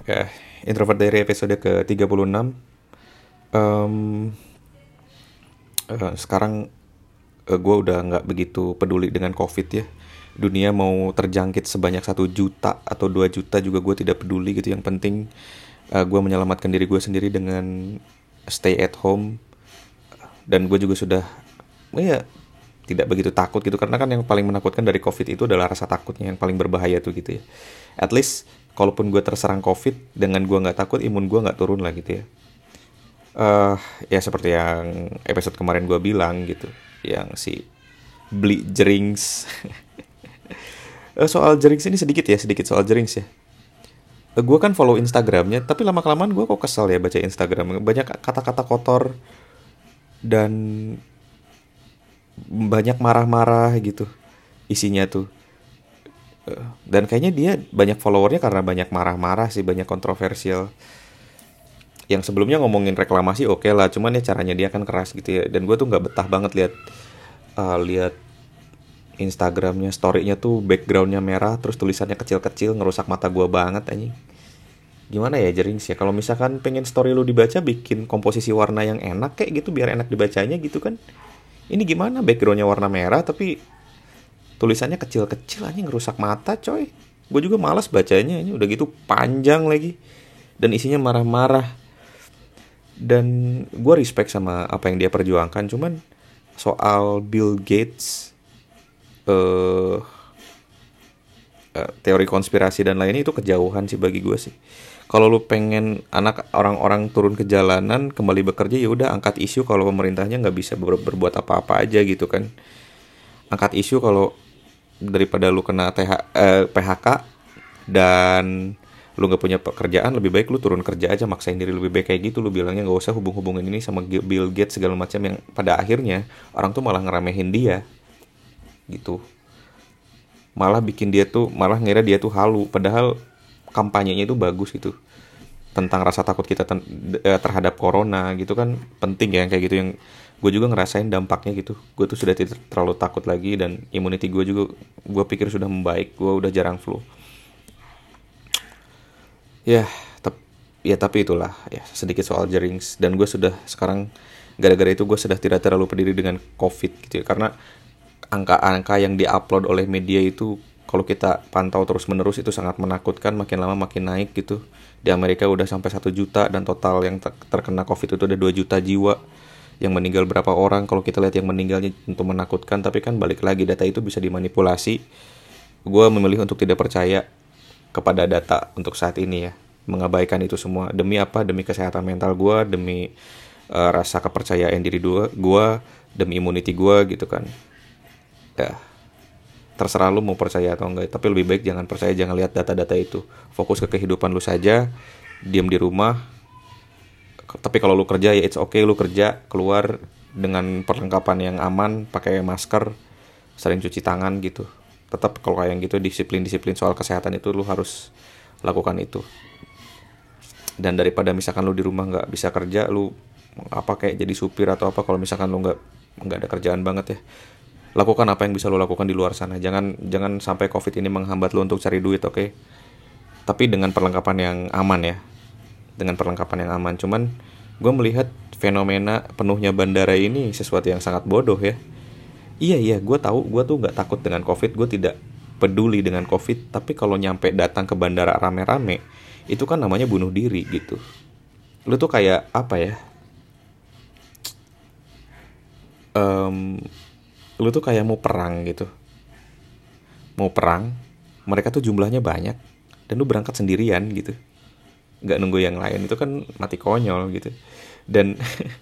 Ya, introvert dari episode ke-36. Em, Sekarang gue udah nggak begitu peduli dengan COVID ya. Dunia mau terjangkit sebanyak 1 juta atau 2 juta juga gue tidak peduli gitu. Yang penting gue menyelamatkan diri gue sendiri dengan stay at home. Dan gue juga sudah, ya, tidak begitu takut gitu. Karena kan yang paling menakutkan dari COVID itu adalah rasa takutnya, yang paling berbahaya tuh gitu ya. At least kalaupun gue terserang COVID, dengan gue nggak takut, imun gue nggak turun lah gitu ya. eh Ya seperti yang episode kemarin gue bilang gitu, yang si beli jerings. Soal jerings ini sedikit soal jerings ya. Gue kan follow Instagramnya, tapi lama kelamaan gue kok kesel ya baca Instagram, banyak kata-kata kotor dan banyak marah-marah gitu isinya tuh. Dan kayaknya dia banyak followernya karena banyak marah-marah sih, banyak kontroversial. Yang sebelumnya ngomongin reklamasi oke lah, cuman ya caranya dia kan keras gitu ya. Dan gue tuh nggak betah banget lihat Instagramnya, storynya tuh backgroundnya merah, terus tulisannya kecil-kecil, ngerusak mata gua banget anjing. Gimana ya Jerings ya, kalau misalkan pengen story lu dibaca, bikin komposisi warna yang enak kayak gitu biar enak dibacanya gitu kan. Ini gimana backgroundnya warna merah tapi tulisannya kecil-kecil, anjing, ngerusak mata coy. Gue juga malas bacanya, ini udah gitu panjang lagi dan isinya marah-marah. Dan gue respect sama apa yang dia perjuangkan, cuman soal Bill Gates, eh teori konspirasi dan lainnya itu kejauhan sih bagi gue sih. Kalau lu pengen anak orang-orang turun ke jalanan kembali bekerja, ya udah angkat isu kalau pemerintahnya nggak bisa berbuat apa-apa aja gitu kan. Angkat isu kalau daripada lu kena PHK dan lu nggak punya pekerjaan, lebih baik lu turun kerja aja, maksain diri, lebih baik kayak gitu. Lu bilangnya nggak usah hubung-hubungin ini sama Bill Gates segala macam, yang pada akhirnya orang tuh malah ngeremehin dia gitu, malah ngira dia tuh halu, padahal kampanyenya itu bagus gitu, tentang rasa takut kita terhadap corona gitu kan, penting ya yang kayak gitu. Yang gue juga ngerasain dampaknya gitu, gue tuh sudah tidak terlalu takut lagi dan immunity gue juga gue pikir sudah membaik, gue udah jarang flu ya. Tapi itulah ya, sedikit soal jerings. Dan gue sudah sekarang, gara-gara itu gue sudah tidak terlalu peduli dengan covid gitu ya, karena angka-angka yang diupload oleh media itu kalau kita pantau terus menerus itu sangat menakutkan, makin lama makin naik gitu. Di Amerika udah sampai 1 juta, dan total yang terkena covid itu ada 2 juta jiwa. Yang meninggal berapa orang, kalau kita lihat yang meninggalnya tentu menakutkan, tapi kan balik lagi data itu bisa dimanipulasi. Gue memilih untuk tidak percaya kepada data untuk saat ini ya, mengabaikan itu semua. Demi apa? Demi kesehatan mental gue, demi rasa kepercayaan diri gue, demi immunity gue gitu kan. Ya, terserah lu mau percaya atau enggak, tapi lebih baik jangan percaya, jangan lihat data-data itu. Fokus ke kehidupan lu saja, diam di rumah. Tapi kalau lu kerja ya it's okay, lu kerja keluar dengan perlengkapan yang aman, pakai masker, sering cuci tangan gitu. Tetap kalau kayak gitu, disiplin soal kesehatan itu lu harus lakukan itu. Dan daripada misalkan lu di rumah nggak bisa kerja, lu apa kayak jadi supir atau apa, kalau misalkan lu nggak ada kerjaan banget ya, lakukan apa yang bisa lo lakukan di luar sana. Jangan sampai covid ini menghambat lo untuk cari duit, oke? Tapi dengan perlengkapan yang aman ya, dengan perlengkapan yang aman. Cuman gue melihat fenomena penuhnya bandara ini sesuatu yang sangat bodoh ya. Iya, gue tahu, gue tuh nggak takut dengan covid, gue tidak peduli dengan covid. Tapi kalau nyampe datang ke bandara rame-rame, itu kan namanya bunuh diri gitu. Lo tuh kayak apa ya, lu tuh kayak mau perang gitu. Mau perang, mereka tuh jumlahnya banyak, dan lu berangkat sendirian gitu, nggak nunggu yang lain, itu kan mati konyol gitu. Dan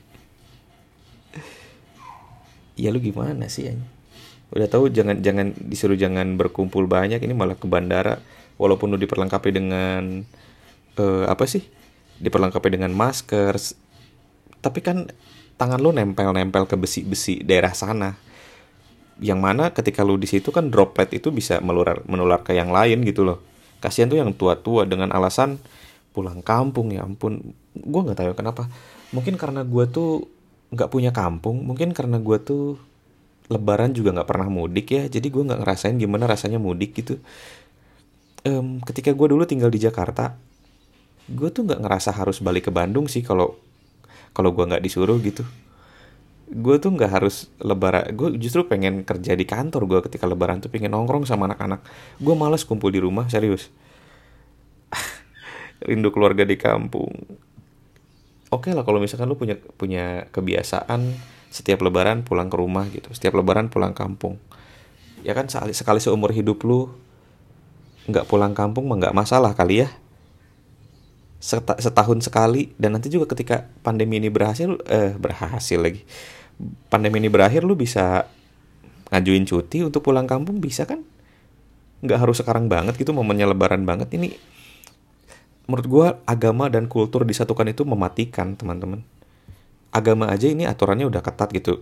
ya lu gimana sih ya, udah tahu jangan jangan disuruh jangan berkumpul banyak, ini malah ke bandara. Walaupun lu diperlengkapi dengan apa sih, diperlengkapi dengan masker, tapi kan tangan lu nempel-nempel ke besi-besi daerah sana, yang mana ketika lu di situ kan droplet itu bisa menular ke yang lain gitu loh. Kasihan tuh yang tua-tua dengan alasan pulang kampung. Ya ampun, gue nggak tahu kenapa. Mungkin karena gue tuh nggak punya kampung, mungkin karena gue tuh lebaran juga nggak pernah mudik ya, jadi gue nggak ngerasain gimana rasanya mudik gitu. Ketika gue dulu tinggal di Jakarta, gue tuh nggak ngerasa harus balik ke Bandung sih kalau kalau gue nggak disuruh gitu. Gue tuh nggak harus lebaran, gue justru pengen kerja di kantor. Gue ketika lebaran tuh pengen nongkrong sama anak-anak. Gue males kumpul di rumah, serius. Rindu keluarga di kampung. Oke lah kalau misalkan lu punya punya kebiasaan setiap lebaran pulang ke rumah gitu, setiap lebaran pulang kampung, ya kan sekali, sekali seumur hidup lu nggak pulang kampung mah nggak masalah kali ya. Setahun sekali, dan nanti juga ketika pandemi ini berhasil, berhasil lagi, pandemi ini berakhir, lu bisa ngajuin cuti untuk pulang kampung, bisa kan? Nggak harus sekarang banget gitu, momennya lebaran banget ini. Menurut gua agama dan kultur disatukan itu mematikan, teman-teman. Agama aja ini aturannya udah ketat gitu.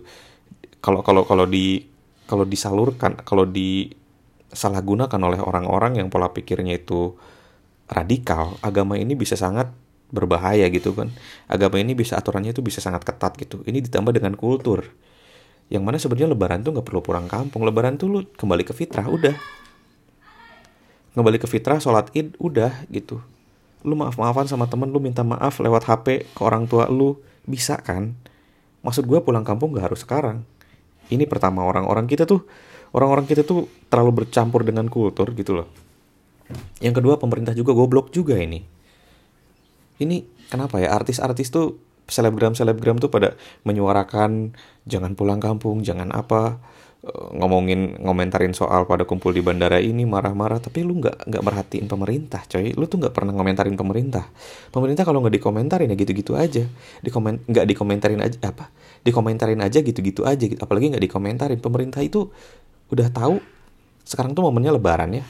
Kalau disalurkan, kalau disalahgunakan oleh orang-orang yang pola pikirnya itu radikal, agama ini bisa sangat berbahaya gitu kan. Agama ini bisa, aturannya itu bisa sangat ketat gitu. Ini ditambah dengan kultur yang mana sebenarnya lebaran tuh nggak perlu pulang kampung. Lebaran tuh lu kembali ke fitrah, udah kembali ke fitrah, sholat id, udah gitu. Lu maaf-maafan sama temen, lu minta maaf lewat HP ke orang tua lu, bisa kan? Maksud gue pulang kampung gak harus sekarang. Ini pertama, orang-orang kita tuh terlalu bercampur dengan kultur gitu loh. Yang kedua, pemerintah juga goblok juga ini. Ini kenapa ya artis-artis tuh, selebgram-selebgram tuh pada menyuarakan jangan pulang kampung, jangan apa, ngomentarin soal pada kumpul di bandara ini marah-marah, tapi lu nggak merhatiin pemerintah, coy. Lu tuh nggak pernah ngomentarin pemerintah. Pemerintah kalau nggak dikomentarin ya gitu-gitu aja, nggak dikomentarin aja apa, dikomentarin aja gitu-gitu aja, apalagi nggak dikomentarin. Pemerintah itu udah tahu sekarang tuh momennya lebaran ya.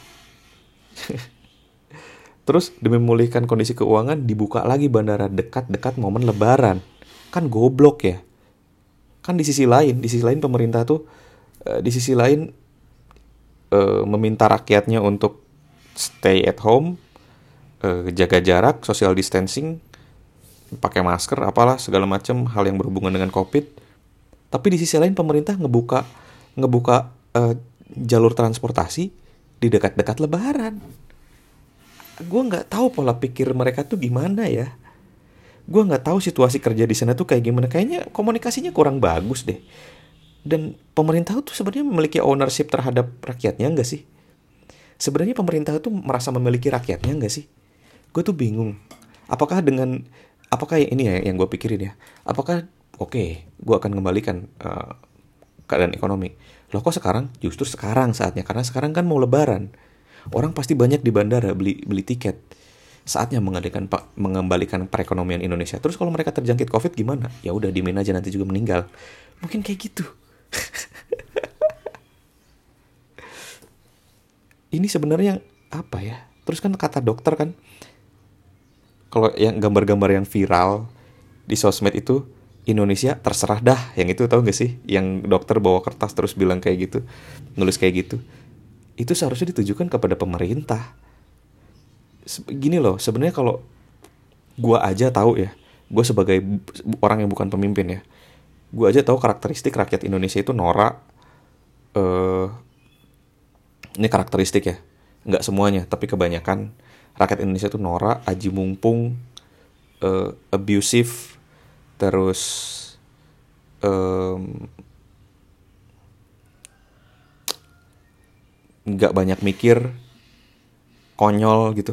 Terus demi memulihkan kondisi keuangan dibuka lagi bandara dekat-dekat momen lebaran. Kan goblok ya. Kan di sisi lain pemerintah tuh, di sisi lain, meminta rakyatnya untuk stay at home, jaga jarak, social distancing, pakai masker, apalah segala macam hal yang berhubungan dengan COVID. Tapi di sisi lain pemerintah ngebuka jalur transportasi di dekat-dekat lebaran. Gue nggak tahu pola pikir mereka tuh gimana ya. Gue nggak tahu situasi kerja di sana tuh kayak gimana. Kayaknya komunikasinya kurang bagus deh. Dan pemerintah tuh sebenarnya memiliki ownership terhadap rakyatnya nggak sih? Sebenarnya pemerintah tuh merasa memiliki rakyatnya nggak sih? Gue tuh bingung. Apakah ini ya yang gue pikirin ya? Apakah oke, gue akan kembalikan keadaan ekonomi. Loh kok sekarang? Justru sekarang saatnya, karena sekarang kan mau lebaran. Orang pasti banyak di bandara beli tiket. Saatnya mengembalikan perekonomian Indonesia. Terus kalau mereka terjangkit COVID gimana? Ya udah diemin aja, nanti juga meninggal. Mungkin kayak gitu. Ini sebenarnya apa ya? Terus kan kata dokter kan, kalau yang gambar-gambar yang viral di sosmed itu, Indonesia terserah dah. Yang itu tahu gak sih? Yang dokter bawa kertas terus bilang kayak gitu, nulis kayak gitu. Itu seharusnya ditujukan kepada pemerintah. Gini loh, sebenarnya kalau gue aja tahu ya, gue sebagai orang yang bukan pemimpin ya, gue aja tahu karakteristik rakyat Indonesia itu norak. Ini karakteristik ya, nggak semuanya, tapi kebanyakan rakyat Indonesia itu norak, aji mumpung, abusive, terus nggak banyak mikir, konyol gitu.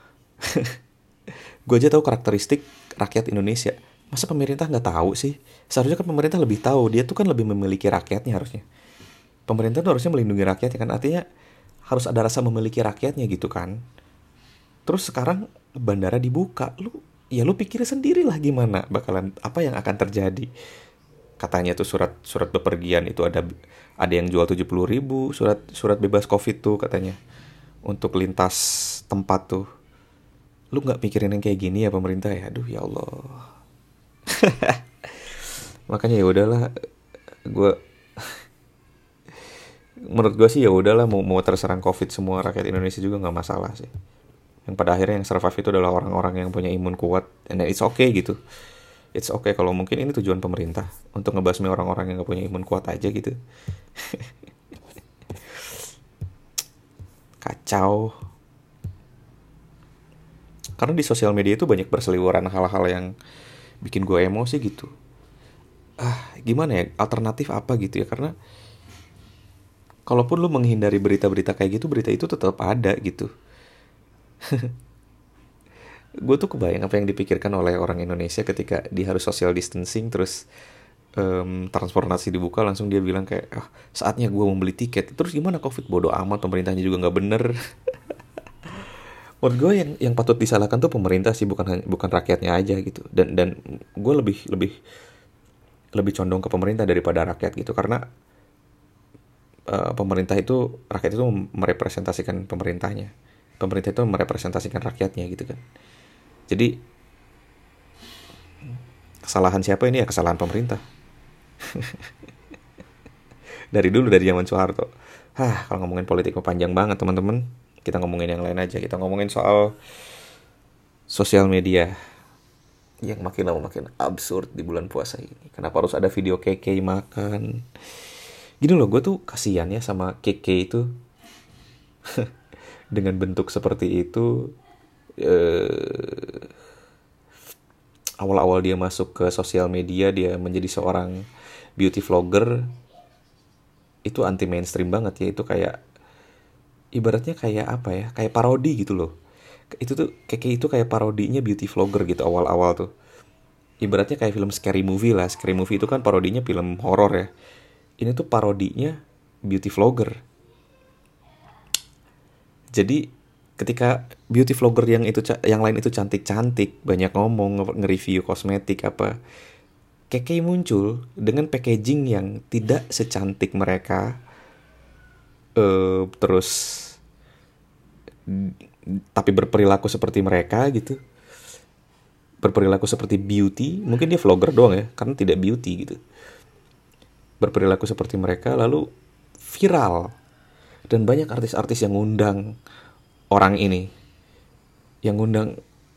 Gue aja tahu karakteristik rakyat Indonesia. Masa pemerintah nggak tahu sih? Seharusnya kan pemerintah lebih tahu. Dia tuh kan lebih memiliki rakyatnya harusnya. Pemerintah tuh harusnya melindungi rakyatnya kan. Artinya harus ada rasa memiliki rakyatnya gitu kan. Terus sekarang bandara dibuka. Lu pikir sendiri lah gimana bakalan, apa yang akan terjadi. Katanya tuh surat bepergian itu ada yang jual 70.000 surat bebas COVID tuh katanya. Untuk lintas tempat tuh. Lu nggak mikirin yang kayak gini ya pemerintah ya? Aduh ya Allah. Makanya ya udahlah, gue menurut gue sih ya udahlah, mau terserang COVID semua rakyat Indonesia juga nggak masalah sih. Yang pada akhirnya yang survive itu adalah orang-orang yang punya imun kuat, and it's okay gitu. It's okay kalau mungkin ini tujuan pemerintah untuk ngebasmi orang-orang yang nggak punya imun kuat aja gitu. Kacau. Karena di sosial media itu banyak berseliweran hal-hal yang bikin gue emosi gitu. Gimana ya, alternatif apa gitu ya, karena kalaupun lu menghindari berita-berita kayak gitu, berita itu tetap ada gitu. Gue tuh kebayang apa yang dipikirkan oleh orang Indonesia ketika dia harus social distancing, terus transportasi dibuka, langsung dia bilang kayak, saatnya gue membeli tiket. Terus gimana covid, bodo amat, pemerintahnya juga nggak bener. Menurut gue yang patut disalahkan tuh pemerintah sih, bukan rakyatnya aja gitu. Dan gue lebih lebih lebih condong ke pemerintah daripada rakyat gitu, karena pemerintah itu, rakyat itu merepresentasikan pemerintahnya, pemerintah itu merepresentasikan rakyatnya gitu kan. Jadi kesalahan siapa ini ya, kesalahan pemerintah. Dari dulu, dari zaman Soeharto. Kalau ngomongin politik panjang banget teman-teman. Kita ngomongin yang lain aja. Kita ngomongin soal sosial media yang makin lama makin absurd di bulan puasa ini. Kenapa harus ada video keke makan? Gini loh, gue tuh kasihan ya sama keke itu. Dengan bentuk seperti itu, awal-awal dia masuk ke sosial media, dia menjadi seorang beauty vlogger, itu anti mainstream banget ya. Itu kayak, ibaratnya kayak apa ya, kayak parodi gitu loh. Itu tuh kayak itu kayak parodinya beauty vlogger gitu awal-awal tuh. Ibaratnya kayak film Scary Movie lah. Scary Movie itu kan parodinya film horor ya. Ini tuh parodinya beauty vlogger. Jadi ketika beauty vlogger yang lain itu cantik-cantik, banyak ngomong, nge-review kosmetik apa, keke muncul dengan packaging yang tidak secantik mereka, terus tapi berperilaku seperti mereka gitu, berperilaku seperti beauty. Mungkin dia vlogger doang ya, karena tidak beauty gitu. Berperilaku seperti mereka, lalu viral. Dan banyak artis-artis yang ngundang orang ini, yang ngundang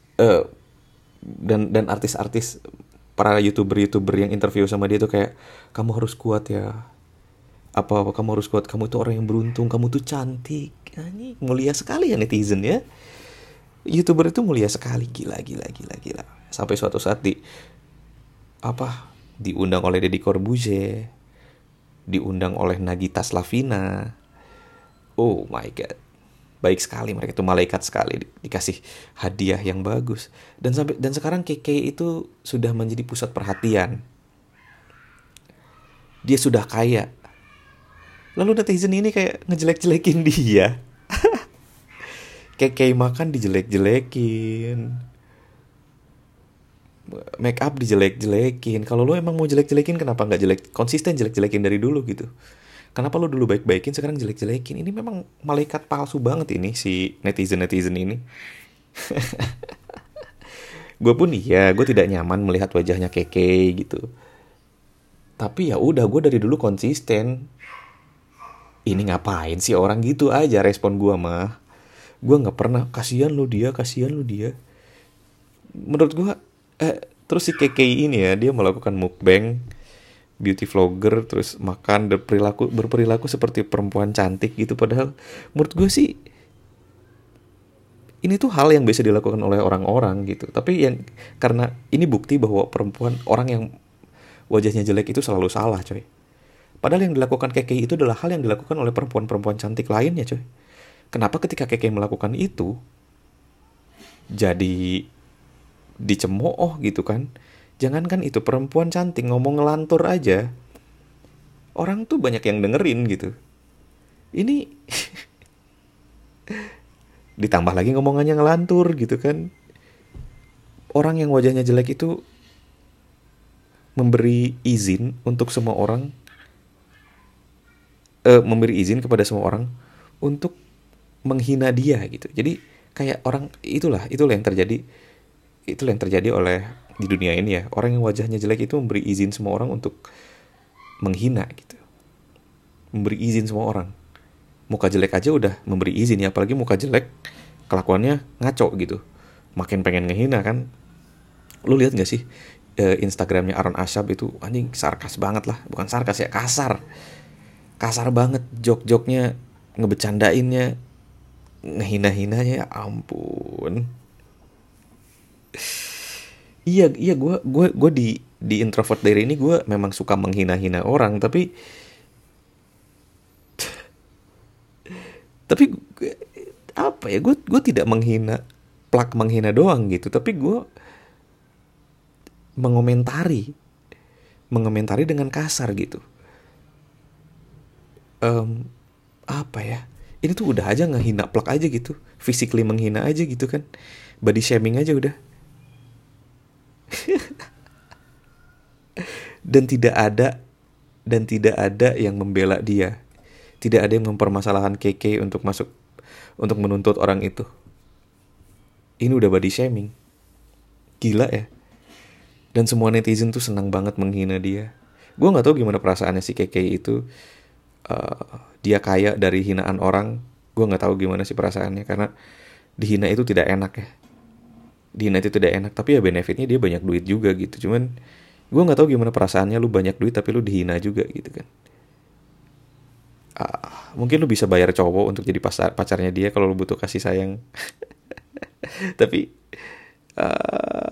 dan artis-artis, para youtuber yang interview sama dia tuh kayak, kamu harus kuat ya, apa kamu harus kuat, kamu tuh orang yang beruntung, kamu tuh cantik. Ini mulia sekali ya netizen ya. YouTuber itu mulia sekali, gila. Sampai suatu saat diundang oleh Deddy Corbuzier, diundang oleh Nagita Slavina. Oh my god, baik sekali mereka itu, malaikat sekali, dikasih hadiah yang bagus. Dan sekarang Keke itu sudah menjadi pusat perhatian. Dia sudah kaya. Lalu netizen ini kayak ngejelek-jelekin dia. Keke makan dijelek-jelekin, make up dijelek-jelekin. Kalau lo emang mau jelek-jelekin, kenapa nggak konsisten jelek-jelekin dari dulu gitu? Kenapa lo dulu baik-baikin, sekarang jelek-jelekin? Ini memang malaikat palsu banget ini si netizen ini. Gue pun gue tidak nyaman melihat wajahnya Keke gitu. Tapi ya udah, gue dari dulu konsisten. Ini ngapain sih orang gitu aja respon gue mah. Gue nggak pernah kasihan lu dia. Menurut gue, terus si Keke ini ya, dia melakukan mukbang, beauty vlogger, terus makan, berperilaku seperti perempuan cantik gitu. Padahal menurut gue sih ini tuh hal yang biasa dilakukan oleh orang-orang gitu. Tapi karena ini bukti bahwa orang yang wajahnya jelek itu selalu salah, coy. Padahal yang dilakukan Keke itu adalah hal yang dilakukan oleh perempuan-perempuan cantik lainnya, coy. Kenapa ketika Keke melakukan itu jadi dicemooh gitu kan? Jangankan itu, perempuan cantik ngomong ngelantur aja, orang tuh banyak yang dengerin gitu. Ini ditambah lagi ngomongannya ngelantur gitu kan. Orang yang wajahnya jelek itu memberi izin untuk semua orang, memberi izin kepada semua orang untuk menghina dia gitu. Jadi kayak orang, itulah yang terjadi. Itulah yang terjadi oleh di dunia ini ya. Orang yang wajahnya jelek itu memberi izin semua orang untuk menghina gitu. Memberi izin semua orang. Muka jelek aja udah memberi izin ya, apalagi muka jelek kelakuannya ngaco gitu. Makin pengen ngehina kan. Lu lihat gak sih Instagramnya Aaron Ashab itu, anjing sarkas banget lah. Bukan sarkas ya, kasar banget jok-joknya, ngebecandainnya, ngehina-hinanya, ya ampun. Iya, iya, gue di introvert dari ini gue memang suka menghina-hina orang, tapi apa ya, gue tidak menghina, plak menghina doang gitu, tapi gue mengomentari mengomentari dengan kasar gitu. Em, Apa ya, ini tuh udah aja ngehina plak aja gitu, physically menghina aja gitu kan, body shaming aja udah. dan tidak ada dan tidak ada yang membela dia, tidak ada yang mempermasalahkan KK untuk masuk, untuk menuntut orang itu. Ini udah body shaming, gila ya. Dan semua netizen tuh senang banget menghina dia. Gue nggak tahu gimana perasaannya si KK itu. Dia kaya dari hinaan orang. Gue nggak tahu gimana sih perasaannya, karena dihina itu tidak enak ya. Dihina itu tidak enak, tapi ya benefitnya dia banyak duit juga gitu. Cuman gue nggak tahu gimana perasaannya lu banyak duit tapi lu dihina juga gitu kan. Mungkin lu bisa bayar cowok untuk jadi pacarnya dia kalau lu butuh kasih sayang. Tapi uh,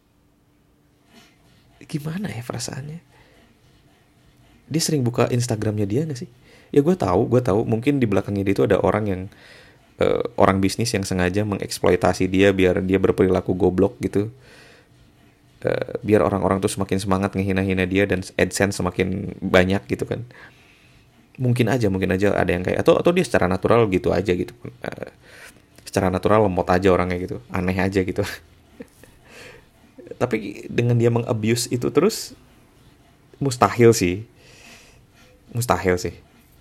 gimana ya perasaannya? Dia sering buka Instagramnya dia nggak sih? Ya gue tahu. Mungkin di belakangnya dia itu ada orang yang orang bisnis yang sengaja mengeksploitasi dia biar dia berperilaku goblok gitu. Biar orang-orang tuh semakin semangat ngehina-hina dia dan AdSense semakin banyak gitu kan. Mungkin aja ada yang kayak, atau dia secara natural gitu aja gitu. Secara natural lemot aja orangnya gitu, aneh aja gitu. Tapi dengan dia mengabuse itu terus, mustahil sih. Mustahil sih.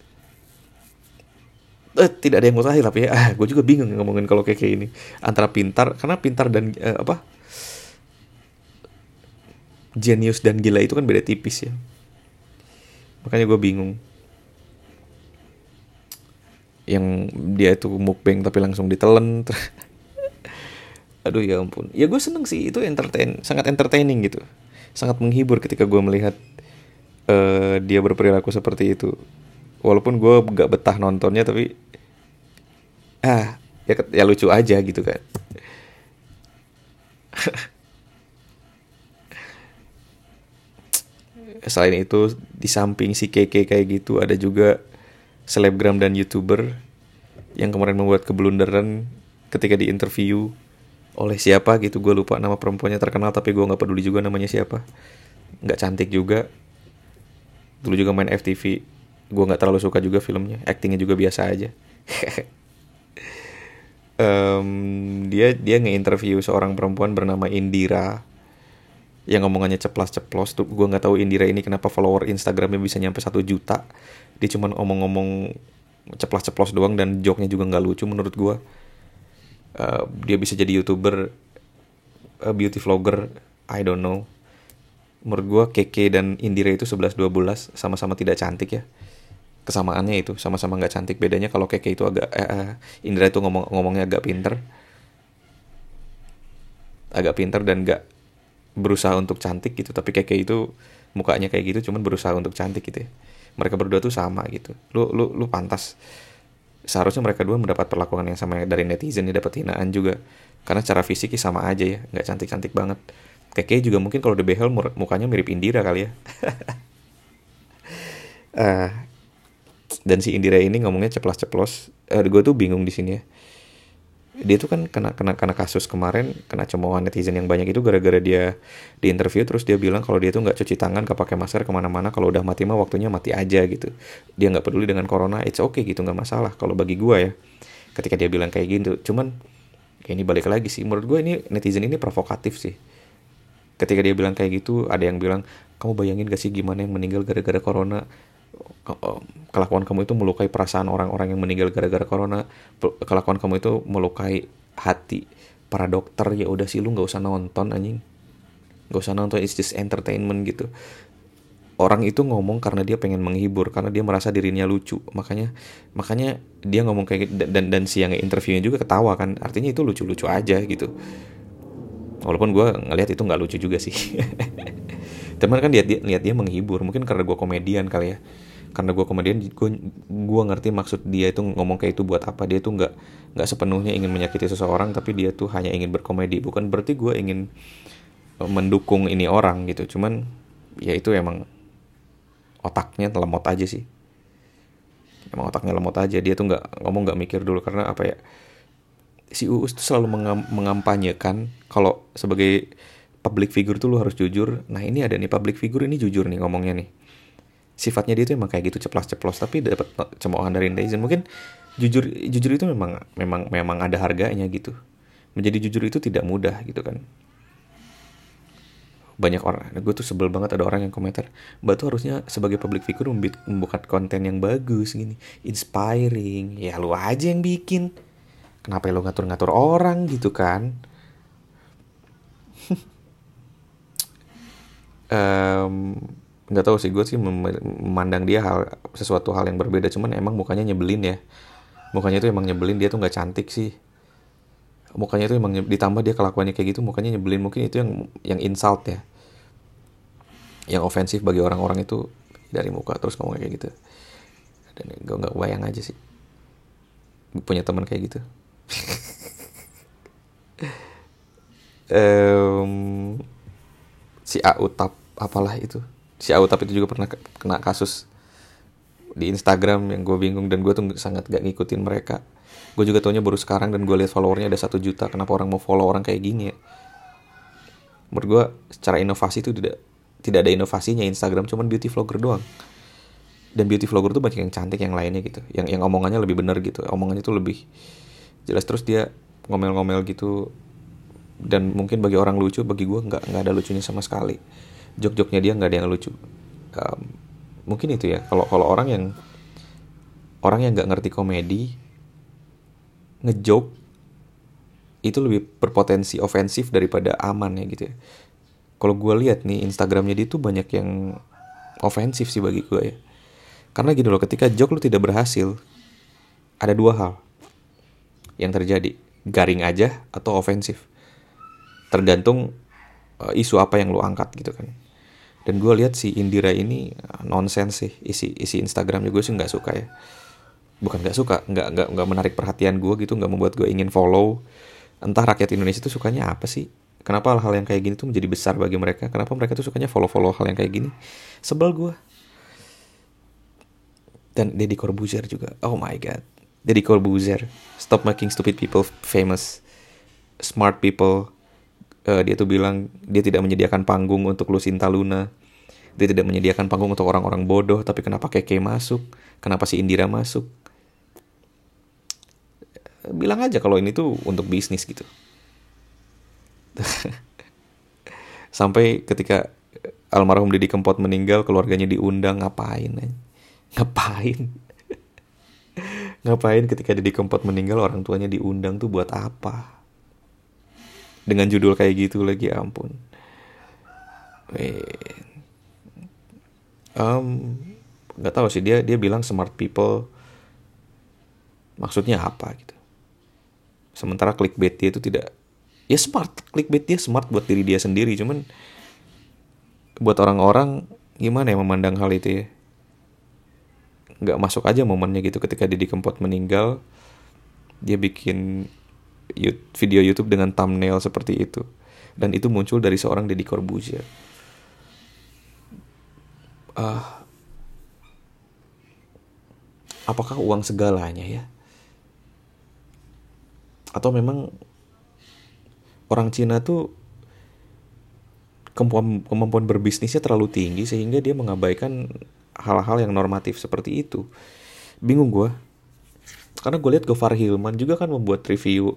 Tidak ada yang mustahil, tapi ya, gue juga bingung ngomongin kalau kayak ini. Antara pintar, karena pintar dan genius dan gila itu kan beda tipis ya. Makanya gue bingung. Yang dia itu mukbang tapi langsung ditelen. Aduh ya ampun. Ya gue seneng sih, itu sangat entertaining gitu. Sangat menghibur ketika gue melihat dia berperilaku seperti itu. Walaupun gue gak betah nontonnya, tapi ya lucu aja gitu kan. Selain itu, di samping si KK kayak gitu, ada juga selebgram dan YouTuber yang kemarin membuat keblunderan ketika di interview oleh siapa gitu. Gue lupa nama perempuannya, terkenal, tapi gue nggak peduli juga namanya siapa. Nggak cantik juga. Dulu juga main FTV. Gue nggak terlalu suka juga filmnya, actingnya juga biasa aja. Dia nge-interview seorang perempuan bernama Indira yang ngomongannya ceplas-ceplos tuh. Gue nggak tahu Indira ini kenapa follower Instagramnya bisa nyampe 1 juta. Dia cuma ngomong-ngomong ceplas-ceplos doang dan joke-nya juga nggak lucu menurut gue. Dia bisa jadi YouTuber, beauty vlogger, I don't know. Menurut gue Keke dan Indira itu 11-12, sama-sama tidak cantik ya. Kesamaannya itu sama-sama nggak cantik. Bedanya kalau Keke itu agak Indira itu ngomongnya agak pinter dan nggak berusaha untuk cantik gitu. Tapi Keke itu mukanya kayak gitu, cuman berusaha untuk cantik gitu ya. Mereka berdua tuh sama gitu. Lu pantas. Seharusnya mereka dua mendapat perlakuan yang sama dari netizen, ya dapat hinaan juga. Karena secara fisiknya sama aja ya, nggak cantik-cantik banget. Keke juga mungkin kalau dibehel mukanya mirip Indira kali ya. Dan si Indira ini ngomongnya ceplas-ceplos. Gue tuh bingung di sini ya. Dia tuh kan kena kasus kemarin, kena cemoohan netizen yang banyak itu gara-gara dia di interview terus dia bilang kalau dia tuh nggak cuci tangan, nggak pakai masker kemana-mana, kalau udah mati mah waktunya mati aja gitu. Dia nggak peduli dengan corona, it's okay gitu, nggak masalah kalau bagi gue ya. Ketika dia bilang kayak gitu, cuman ya ini balik lagi sih, menurut gue ini netizen ini provokatif sih. Ketika dia bilang kayak gitu, ada yang bilang, kamu bayangin gak sih gimana yang meninggal gara-gara corona? Kelakuan kamu itu melukai perasaan orang-orang yang meninggal gara-gara corona. Kelakuan kamu itu melukai hati para dokter. Ya udah sih, lu nggak usah nonton anjing, nggak usah nonton, it's just entertainment gitu. Orang itu ngomong karena dia pengen menghibur, karena dia merasa dirinya lucu, makanya dia ngomong kayak gitu. Dan si yang interviewnya juga ketawa kan, artinya itu lucu-lucu aja gitu. Walaupun gue ngelihat itu nggak lucu juga sih. Teman kan lihat dia menghibur, mungkin karena gue komedian kali ya. Karena gue komedian, gue ngerti maksud dia itu ngomong kayak itu buat apa. Dia tuh nggak sepenuhnya ingin menyakiti seseorang, tapi dia tuh hanya ingin berkomedi. Bukan berarti gue ingin mendukung ini orang gitu. Cuman ya itu emang otaknya lemot aja sih. Emang otaknya lemot aja, dia tuh nggak mikir dulu. Karena apa ya, si Uus tuh selalu mengampanyekan kalau sebagai public figure tuh lu harus jujur. Nah ini ada nih public figure ini jujur nih ngomongnya nih. Sifatnya dia tuh emang kayak gitu, ceplas-ceplos, tapi dapat cemoohan dari netizen. Mungkin jujur itu memang ada harganya gitu. Menjadi jujur itu tidak mudah gitu kan. Banyak orang, gue tuh sebel banget ada orang yang komentar, Mbak tuh harusnya sebagai public figure membuat konten yang bagus gini, inspiring. Ya lu aja yang bikin, kenapa lu ngatur-ngatur orang gitu kan. Nggak tahu sih, gue sih memandang dia sesuatu hal yang berbeda. Cuman emang mukanya nyebelin ya, mukanya tuh emang nyebelin. Dia tuh nggak cantik sih, mukanya tuh emang ditambah dia kelakuannya kayak gitu, mukanya nyebelin. Mungkin itu yang insult ya, yang ofensif bagi orang-orang itu dari muka terus ngomong kayak gitu. Dan gue nggak bayang aja sih punya teman kayak gitu. Si Autap apalah itu, si Autap itu juga pernah kena kasus di Instagram yang gue bingung. Dan gue tuh sangat gak ngikutin mereka. Gue juga taunya baru sekarang, dan gue lihat followernya ada 1 juta. Kenapa orang mau follow orang kayak gini ya? Menurut gue secara inovasi itu tidak ada inovasinya Instagram, cuman beauty vlogger doang. Dan beauty vlogger tuh banyak yang cantik yang lainnya gitu, yang omongannya lebih bener gitu, omongannya tuh lebih jelas. Terus dia ngomel-ngomel gitu, dan mungkin bagi orang lucu, bagi gue nggak ada lucunya sama sekali. Jok-joknya dia nggak ada yang lucu. Mungkin itu ya, kalau orang yang nggak ngerti komedi, ngejok itu lebih berpotensi ofensif daripada aman ya gitu ya. Kalau gue lihat nih Instagramnya dia tuh banyak yang ofensif sih bagi gue ya. Karena gini loh, ketika joke lu tidak berhasil, ada 2 hal yang terjadi, garing aja atau ofensif. Tergantung isu apa yang lu angkat gitu kan. Dan gue lihat si Indira ini nonsens sih, isi Instagramnya. Gue sih nggak suka ya. Bukan nggak suka, nggak menarik perhatian gue gitu, nggak membuat gue ingin follow. Entah rakyat Indonesia tuh sukanya apa sih? Kenapa hal-hal yang kayak gini tuh menjadi besar bagi mereka? Kenapa mereka tuh sukanya follow hal yang kayak gini? Sebel gue. Dan Deddy Corbuzier juga, oh my god, Deddy Corbuzier, stop making stupid people famous, smart people. Dia tuh bilang dia tidak menyediakan panggung untuk Lucinta Luna, dia tidak menyediakan panggung untuk orang-orang bodoh. Tapi kenapa Keke masuk, kenapa si Indira masuk? Bilang aja kalau ini tuh untuk bisnis gitu. Sampai ketika almarhum Didi Kempot meninggal, keluarganya diundang. Ngapain ketika Didi Kempot meninggal orang tuanya diundang tuh buat apa? Dengan judul kayak gitu lagi, ampun. Nggak tahu sih, dia bilang smart people, maksudnya apa gitu. Sementara clickbait dia itu tidak, ya smart, clickbait dia smart buat diri dia sendiri, cuman buat orang-orang gimana ya memandang hal itu ya. Nggak masuk aja momennya gitu. Ketika Didi Kempot meninggal, dia bikin video YouTube dengan thumbnail seperti itu, dan itu muncul dari seorang Deddy Corbuzier. Apakah uang segalanya ya? Atau memang orang Cina tuh kemampuan berbisnisnya terlalu tinggi sehingga dia mengabaikan hal-hal yang normatif seperti itu? Bingung gue. Karena gue lihat Gofar Hilman juga kan membuat video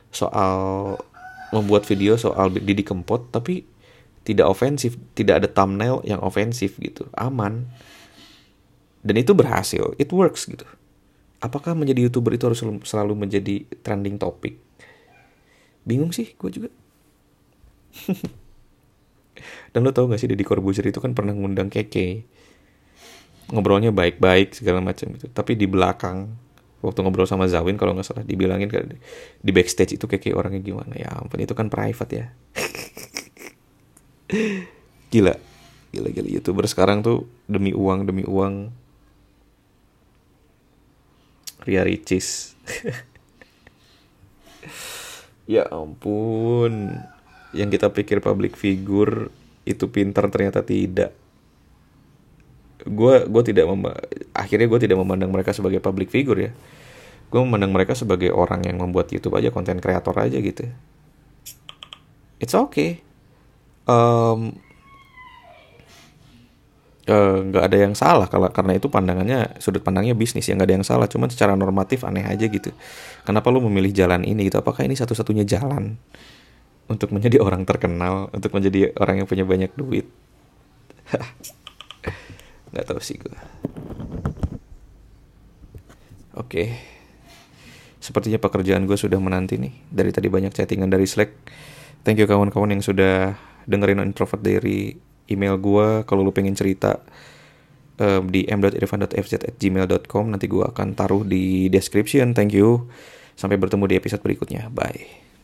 soal Didi Kempot, tapi tidak ofensif, tidak ada thumbnail yang ofensif gitu, aman. Dan itu berhasil, it works gitu. Apakah menjadi YouTuber itu harus selalu menjadi trending topic? Bingung sih gue juga. Dan lo tau gak sih, Deddy Corbuzier itu kan pernah ngundang Keke, ngobrolnya baik-baik segala macam gitu. Tapi di belakang, waktu ngobrol sama Zawin kalau nggak salah, dibilangin di backstage itu Keke orangnya gimana. Ya ampun, itu kan private ya. Gila YouTuber sekarang tuh demi uang Ria Ricis. Ya ampun. yang kita pikir public figure itu pintar ternyata tidak. Gue tidak akhirnya gue tidak memandang mereka sebagai public figure ya. Gue memandang mereka sebagai orang yang membuat YouTube aja, konten kreator aja gitu. It's okay. Nggak ada yang salah kalau karena itu pandangannya, sudut pandangnya bisnis ya, nggak ada yang salah. Cuman secara normatif aneh aja gitu. Kenapa lu memilih jalan ini gitu? Apakah ini satu-satunya jalan untuk menjadi orang terkenal, untuk menjadi orang yang punya banyak duit? Nggak tahu sih gue. Oke. Sepertinya pekerjaan gue sudah menanti nih. Dari tadi banyak chattingan dari Slack. Thank you kawan-kawan yang sudah dengerin Introvert dari email gue. Kalau lu pengen cerita di m.irfan.fz@gmail.com, nanti gue akan taruh di description. Thank you. Sampai bertemu di episode berikutnya. Bye.